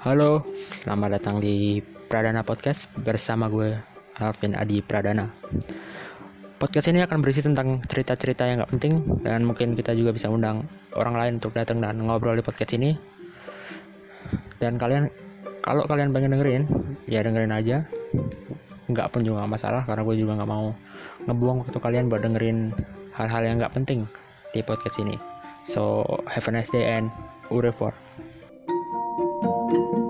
Halo, selamat datang di Pradana Podcast bersama gue, Alvin Adi Pradana. Podcast ini akan berisi tentang cerita-cerita yang gak penting, dan mungkin kita juga bisa undang orang lain untuk datang dan ngobrol di podcast ini. Dan kalau kalian pengen dengerin, ya dengerin aja. Nggak pun juga gak masalah, karena gue juga gak mau ngebuang waktu kalian buat dengerin hal-hal yang gak penting di podcast ini. So, have a nice day and au revoir.